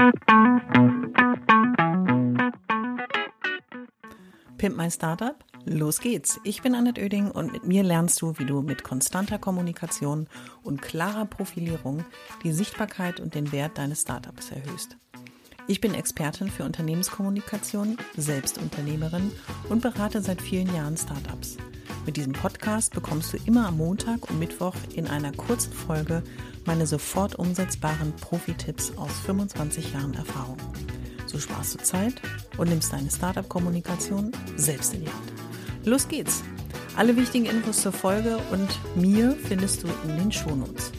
Pimp My Startup, los geht's. Ich bin Annette Oeding und mit mir lernst du, wie du mit konstanter Kommunikation und klarer Profilierung die Sichtbarkeit und den Wert deines Startups erhöhst. Ich bin Expertin für Unternehmenskommunikation, selbst Unternehmerin und berate seit vielen Jahren Startups. Mit diesem Podcast bekommst du immer am Montag und Mittwoch in einer kurzen Folge meine sofort umsetzbaren Profi-Tipps aus 25 Jahren Erfahrung. So sparst du Zeit und nimmst deine Startup-Kommunikation selbst in die Hand. Los geht's! Alle wichtigen Infos zur Folge und mir findest du in den Shownotes.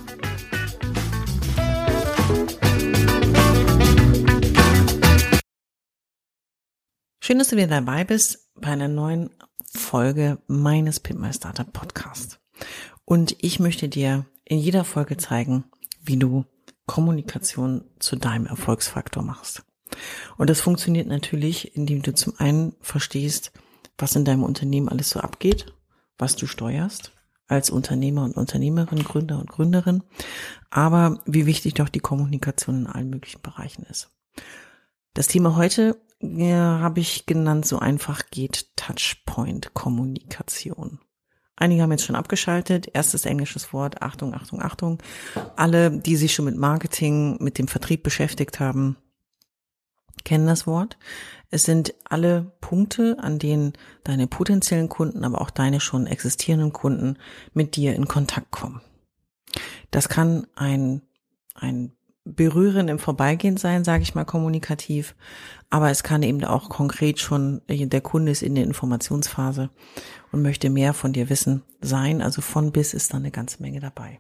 Schön, dass du wieder dabei bist bei einer neuen Folge meines Pimp My Startup Podcast. Und ich möchte dir in jeder Folge zeigen, wie du Kommunikation zu deinem Erfolgsfaktor machst. Und das funktioniert natürlich, indem du zum einen verstehst, was in deinem Unternehmen alles so abgeht, was du steuerst als Unternehmer und Unternehmerin, Gründer und Gründerin, aber wie wichtig doch die Kommunikation in allen möglichen Bereichen ist. Das Thema heute habe ich genannt, so einfach geht Touchpoint-Kommunikation. Einige haben jetzt schon abgeschaltet. Erstes englisches Wort, Achtung, Achtung, Achtung. Alle, die sich schon mit Marketing, mit dem Vertrieb beschäftigt haben, kennen das Wort. Es sind alle Punkte, an denen deine potenziellen Kunden, aber auch deine schon existierenden Kunden mit dir in Kontakt kommen. Das kann ein Berühren im Vorbeigehen sein, sage ich mal kommunikativ, aber es kann eben auch konkret schon, der Kunde ist in der Informationsphase und möchte mehr von dir wissen sein, also von bis ist da eine ganze Menge dabei.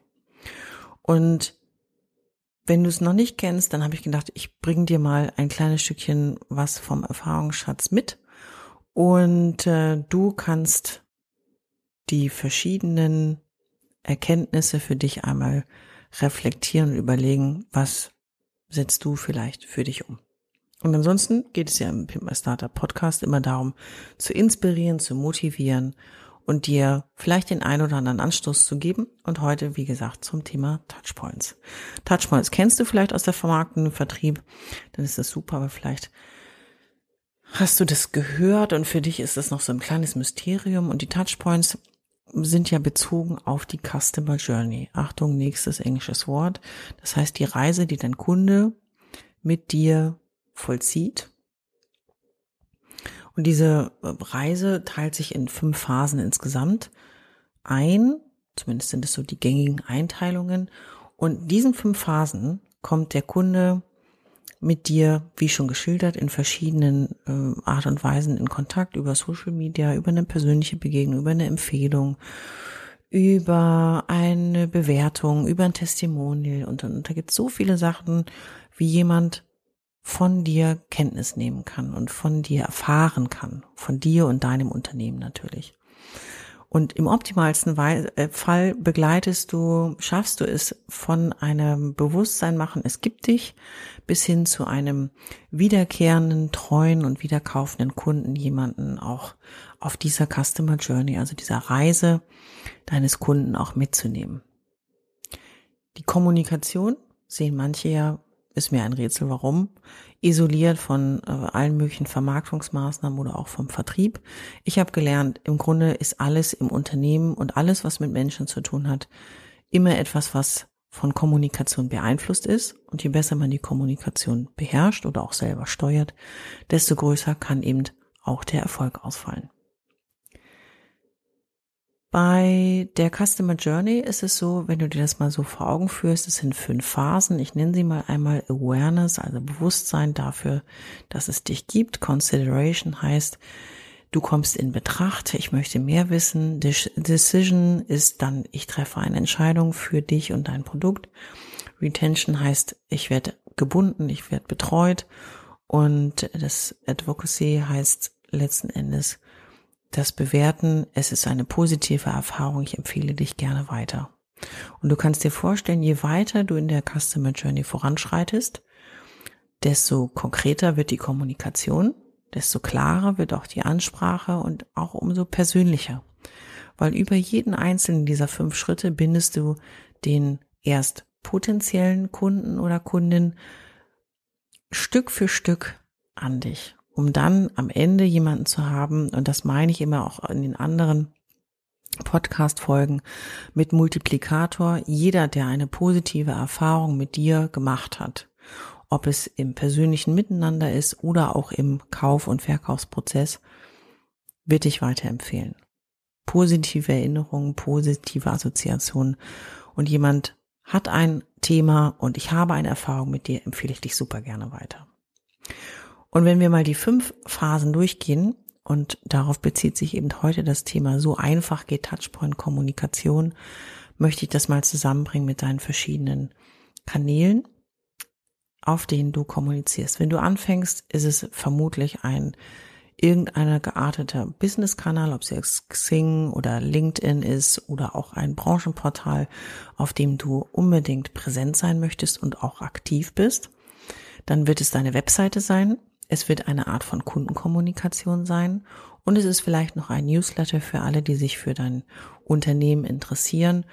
Und wenn du es noch nicht kennst, dann habe ich gedacht, ich bringe dir mal ein kleines Stückchen was vom Erfahrungsschatz mit und du kannst die verschiedenen Erkenntnisse für dich einmal reflektieren und überlegen, was setzt du vielleicht für dich um. Und ansonsten geht es ja im Pimp My Startup Podcast immer darum, zu inspirieren, zu motivieren und dir vielleicht den ein oder anderen Anstoß zu geben. Und heute, wie gesagt, zum Thema Touchpoints. Touchpoints kennst du vielleicht aus der Vermarktung, Vertrieb, dann ist das super, aber vielleicht hast du das gehört und für dich ist das noch so ein kleines Mysterium. Und die Touchpoints sind ja bezogen auf die Customer Journey. Achtung, nächstes englisches Wort. Das heißt, die Reise, die dein Kunde mit dir vollzieht. Und diese Reise teilt sich in 5 Phasen insgesamt ein. Zumindest sind es so die gängigen Einteilungen. Und diesen 5 Phasen kommt der Kunde mit dir, wie schon geschildert, in verschiedenen Art und Weisen in Kontakt, über Social Media, über eine persönliche Begegnung, über eine Empfehlung, über eine Bewertung, über ein Testimonial und da gibt es so viele Sachen, wie jemand von dir Kenntnis nehmen kann und von dir erfahren kann, von dir und deinem Unternehmen natürlich. Und im optimalsten Fall schaffst du es von einem Bewusstsein machen, es gibt dich, bis hin zu einem wiederkehrenden, treuen und wiederkaufenden Kunden, jemanden auch auf dieser Customer Journey, also dieser Reise deines Kunden auch mitzunehmen. Die Kommunikation sehen manche ja, ist mir ein Rätsel, warum, isoliert von allen möglichen Vermarktungsmaßnahmen oder auch vom Vertrieb. Ich habe gelernt, im Grunde ist alles im Unternehmen und alles, was mit Menschen zu tun hat, immer etwas, was von Kommunikation beeinflusst ist. Und je besser man die Kommunikation beherrscht oder auch selber steuert, desto größer kann eben auch der Erfolg ausfallen. Bei der Customer Journey ist es so, wenn du dir das mal so vor Augen führst, es sind 5 Phasen. Ich nenne sie mal einmal Awareness, also Bewusstsein dafür, dass es dich gibt. Consideration heißt, du kommst in Betracht, ich möchte mehr wissen. Decision ist dann, ich treffe eine Entscheidung für dich und dein Produkt. Retention heißt, ich werde gebunden, ich werde betreut. Und das Advocacy heißt letzten Endes, das Bewerten, es ist eine positive Erfahrung, ich empfehle dich gerne weiter. Und du kannst dir vorstellen, je weiter du in der Customer Journey voranschreitest, desto konkreter wird die Kommunikation, desto klarer wird auch die Ansprache und auch umso persönlicher. Weil über jeden einzelnen dieser 5 Schritte bindest du den erst potenziellen Kunden oder Kundin Stück für Stück an dich, um dann am Ende jemanden zu haben, und das meine ich immer auch in den anderen Podcast-Folgen mit Multiplikator, jeder, der eine positive Erfahrung mit dir gemacht hat, ob es im persönlichen Miteinander ist oder auch im Kauf- und Verkaufsprozess, wird dich weiterempfehlen. Positive Erinnerungen, positive Assoziationen, und jemand hat ein Thema und ich habe eine Erfahrung mit dir, empfehle ich dich super gerne weiter. Und wenn wir mal die 5 Phasen durchgehen, und darauf bezieht sich eben heute das Thema, so einfach geht Touchpoint-Kommunikation, möchte ich das mal zusammenbringen mit deinen verschiedenen Kanälen, auf denen du kommunizierst. Wenn du anfängst, ist es vermutlich irgendeiner gearteter Business-Kanal, ob es jetzt Xing oder LinkedIn ist oder auch ein Branchenportal, auf dem du unbedingt präsent sein möchtest und auch aktiv bist. Dann wird es deine Webseite sein. Es wird eine Art von Kundenkommunikation sein und es ist vielleicht noch ein Newsletter für alle, die sich für dein Unternehmen interessieren,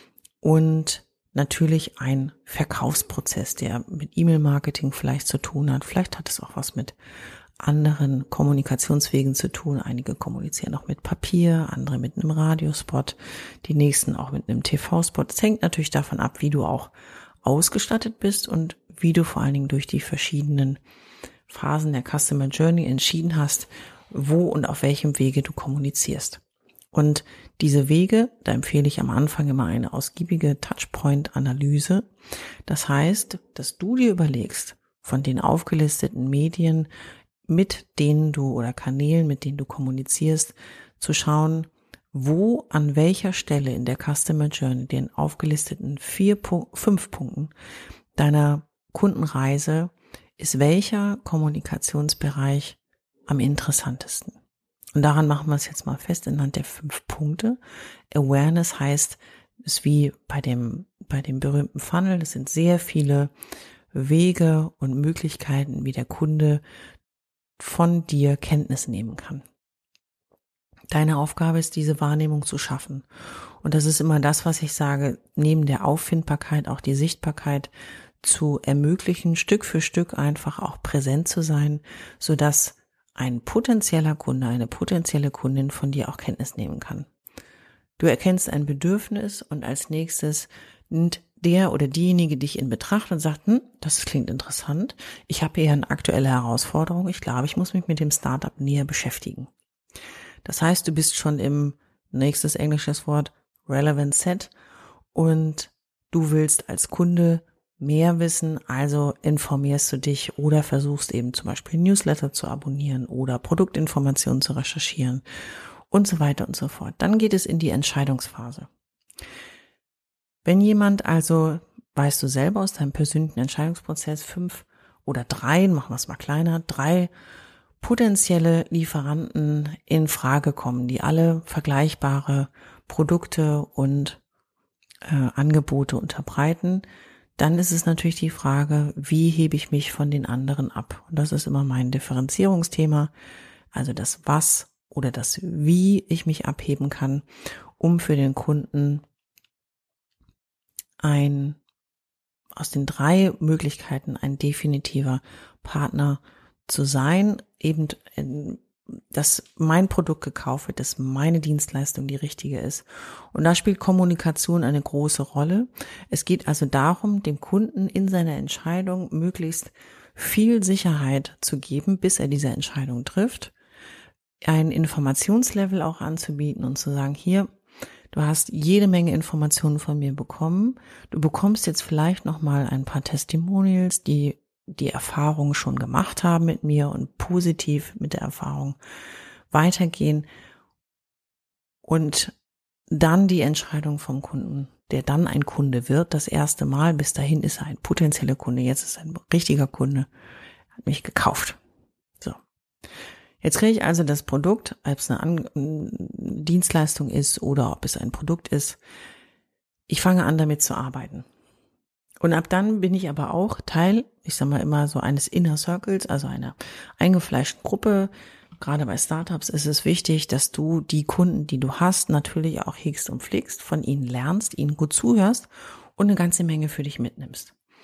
und natürlich ein Verkaufsprozess, der mit E-Mail-Marketing vielleicht zu tun hat. Vielleicht hat es auch was mit anderen Kommunikationswegen zu tun. Einige kommunizieren auch mit Papier, andere mit einem Radiospot, die nächsten auch mit einem TV-Spot. Es hängt natürlich davon ab, wie du auch ausgestattet bist und wie du vor allen Dingen durch die verschiedenen Phasen der Customer Journey entschieden hast, wo und auf welchem Wege du kommunizierst. Und diese Wege, da empfehle ich am Anfang immer eine ausgiebige Touchpoint-Analyse. Das heißt, dass du dir überlegst, von den aufgelisteten Medien, mit denen du oder Kanälen, mit denen du kommunizierst, zu schauen, wo an welcher Stelle in der Customer Journey, den aufgelisteten 5 Punkten deiner Kundenreise, ist welcher Kommunikationsbereich am interessantesten. Und daran machen wir es jetzt mal fest anhand der 5 Punkte. Awareness heißt, ist wie bei dem berühmten Funnel, das sind sehr viele Wege und Möglichkeiten, wie der Kunde von dir Kenntnis nehmen kann. Deine Aufgabe ist, diese Wahrnehmung zu schaffen. Und das ist immer das, was ich sage, neben der Auffindbarkeit auch die Sichtbarkeit zu ermöglichen, Stück für Stück einfach auch präsent zu sein, sodass ein potenzieller Kunde, eine potenzielle Kundin von dir auch Kenntnis nehmen kann. Du erkennst ein Bedürfnis und als nächstes nimmt der oder diejenige dich in Betracht und sagt, das klingt interessant, ich habe hier eine aktuelle Herausforderung, ich glaube, ich muss mich mit dem Startup näher beschäftigen. Das heißt, du bist schon im nächstes englisches Wort Relevant Set und du willst als Kunde mehr wissen, also informierst du dich oder versuchst eben zum Beispiel Newsletter zu abonnieren oder Produktinformationen zu recherchieren und so weiter und so fort. Dann geht es in die Entscheidungsphase. Wenn jemand also, weißt du selber aus deinem persönlichen Entscheidungsprozess 5 oder 3, machen wir es mal kleiner, 3 potenzielle Lieferanten in Frage kommen, die alle vergleichbare Produkte und Angebote unterbreiten, dann ist es natürlich die Frage, wie hebe ich mich von den anderen ab? Und das ist immer mein Differenzierungsthema, also das Was oder das Wie ich mich abheben kann, um für den Kunden aus den 3 Möglichkeiten ein definitiver Partner zu sein, eben dass mein Produkt gekauft wird, dass meine Dienstleistung die richtige ist. Und da spielt Kommunikation eine große Rolle. Es geht also darum, dem Kunden in seiner Entscheidung möglichst viel Sicherheit zu geben, bis er diese Entscheidung trifft, ein Informationslevel auch anzubieten und zu sagen, hier, du hast jede Menge Informationen von mir bekommen. Du bekommst jetzt vielleicht nochmal ein paar Testimonials, die Erfahrung schon gemacht haben mit mir und positiv mit der Erfahrung weitergehen. Und dann die Entscheidung vom Kunden, der dann ein Kunde wird, das erste Mal. Bis dahin ist er ein potenzieller Kunde, jetzt ist er ein richtiger Kunde, hat mich gekauft. So. Jetzt kriege ich also das Produkt, ob es eine Dienstleistung ist oder ob es ein Produkt ist. Ich fange an, damit zu arbeiten. Und ab dann bin ich aber auch Teil, ich sage mal immer so eines Inner Circles, also einer eingefleischten Gruppe. Gerade bei Startups ist es wichtig, dass du die Kunden, die du hast, natürlich auch hegst und pflegst, von ihnen lernst, ihnen gut zuhörst und eine ganze Menge für dich mitnimmst.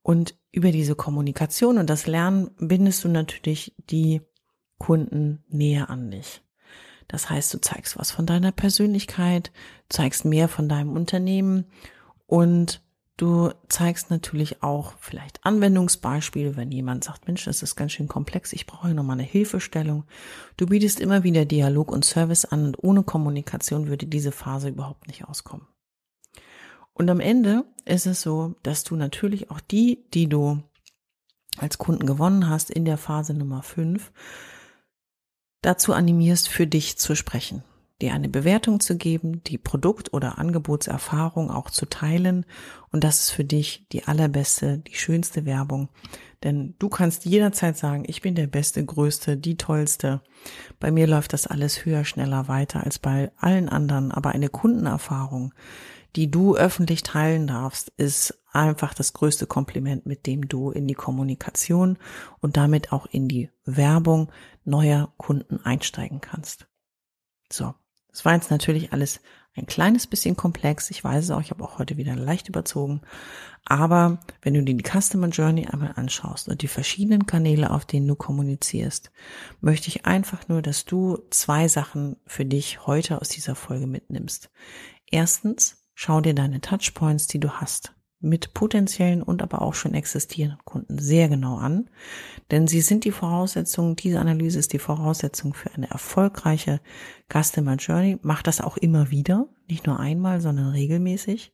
Und über diese Kommunikation und das Lernen bindest du natürlich die Kunden näher an dich. Das heißt, du zeigst was von deiner Persönlichkeit, zeigst mehr von deinem Unternehmen und du zeigst natürlich auch vielleicht Anwendungsbeispiele, wenn jemand sagt, Mensch, das ist ganz schön komplex, ich brauche nochmal eine Hilfestellung. Du bietest immer wieder Dialog und Service an und ohne Kommunikation würde diese Phase überhaupt nicht auskommen. Und am Ende ist es so, dass du natürlich auch die du als Kunden gewonnen hast in der Phase Nummer 5, dazu animierst, für dich zu sprechen, dir eine Bewertung zu geben, die Produkt- oder Angebotserfahrung auch zu teilen. Und das ist für dich die allerbeste, die schönste Werbung. Denn du kannst jederzeit sagen, ich bin der Beste, Größte, die Tollste. Bei mir läuft das alles höher, schneller weiter als bei allen anderen. Aber eine Kundenerfahrung, die du öffentlich teilen darfst, ist einfach das größte Kompliment, mit dem du in die Kommunikation und damit auch in die Werbung neuer Kunden einsteigen kannst. So, das war jetzt natürlich alles ein kleines bisschen komplex. Ich weiß es auch, ich habe auch heute wieder leicht überzogen. Aber wenn du dir die Customer Journey einmal anschaust und die verschiedenen Kanäle, auf denen du kommunizierst, möchte ich einfach nur, dass du 2 Sachen für dich heute aus dieser Folge mitnimmst. Erstens, schau dir deine Touchpoints, die du hast, mit potenziellen und aber auch schon existierenden Kunden sehr genau an, denn sie sind die Voraussetzung, diese Analyse ist die Voraussetzung für eine erfolgreiche Customer Journey. Mach das auch immer wieder, nicht nur einmal, sondern regelmäßig.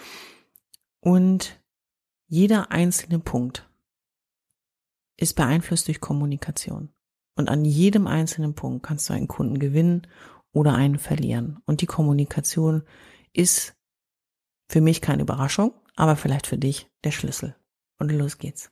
Und jeder einzelne Punkt ist beeinflusst durch Kommunikation. Und an jedem einzelnen Punkt kannst du einen Kunden gewinnen oder einen verlieren. Und die Kommunikation ist für mich keine Überraschung, aber vielleicht für dich der Schlüssel. Und los geht's.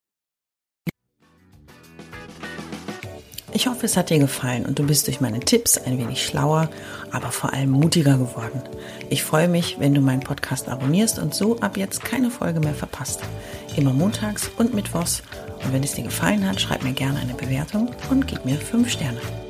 Ich hoffe, es hat dir gefallen und du bist durch meine Tipps ein wenig schlauer, aber vor allem mutiger geworden. Ich freue mich, wenn du meinen Podcast abonnierst und so ab jetzt keine Folge mehr verpasst. Immer montags und mittwochs. Und wenn es dir gefallen hat, schreib mir gerne eine Bewertung und gib mir 5 Sterne.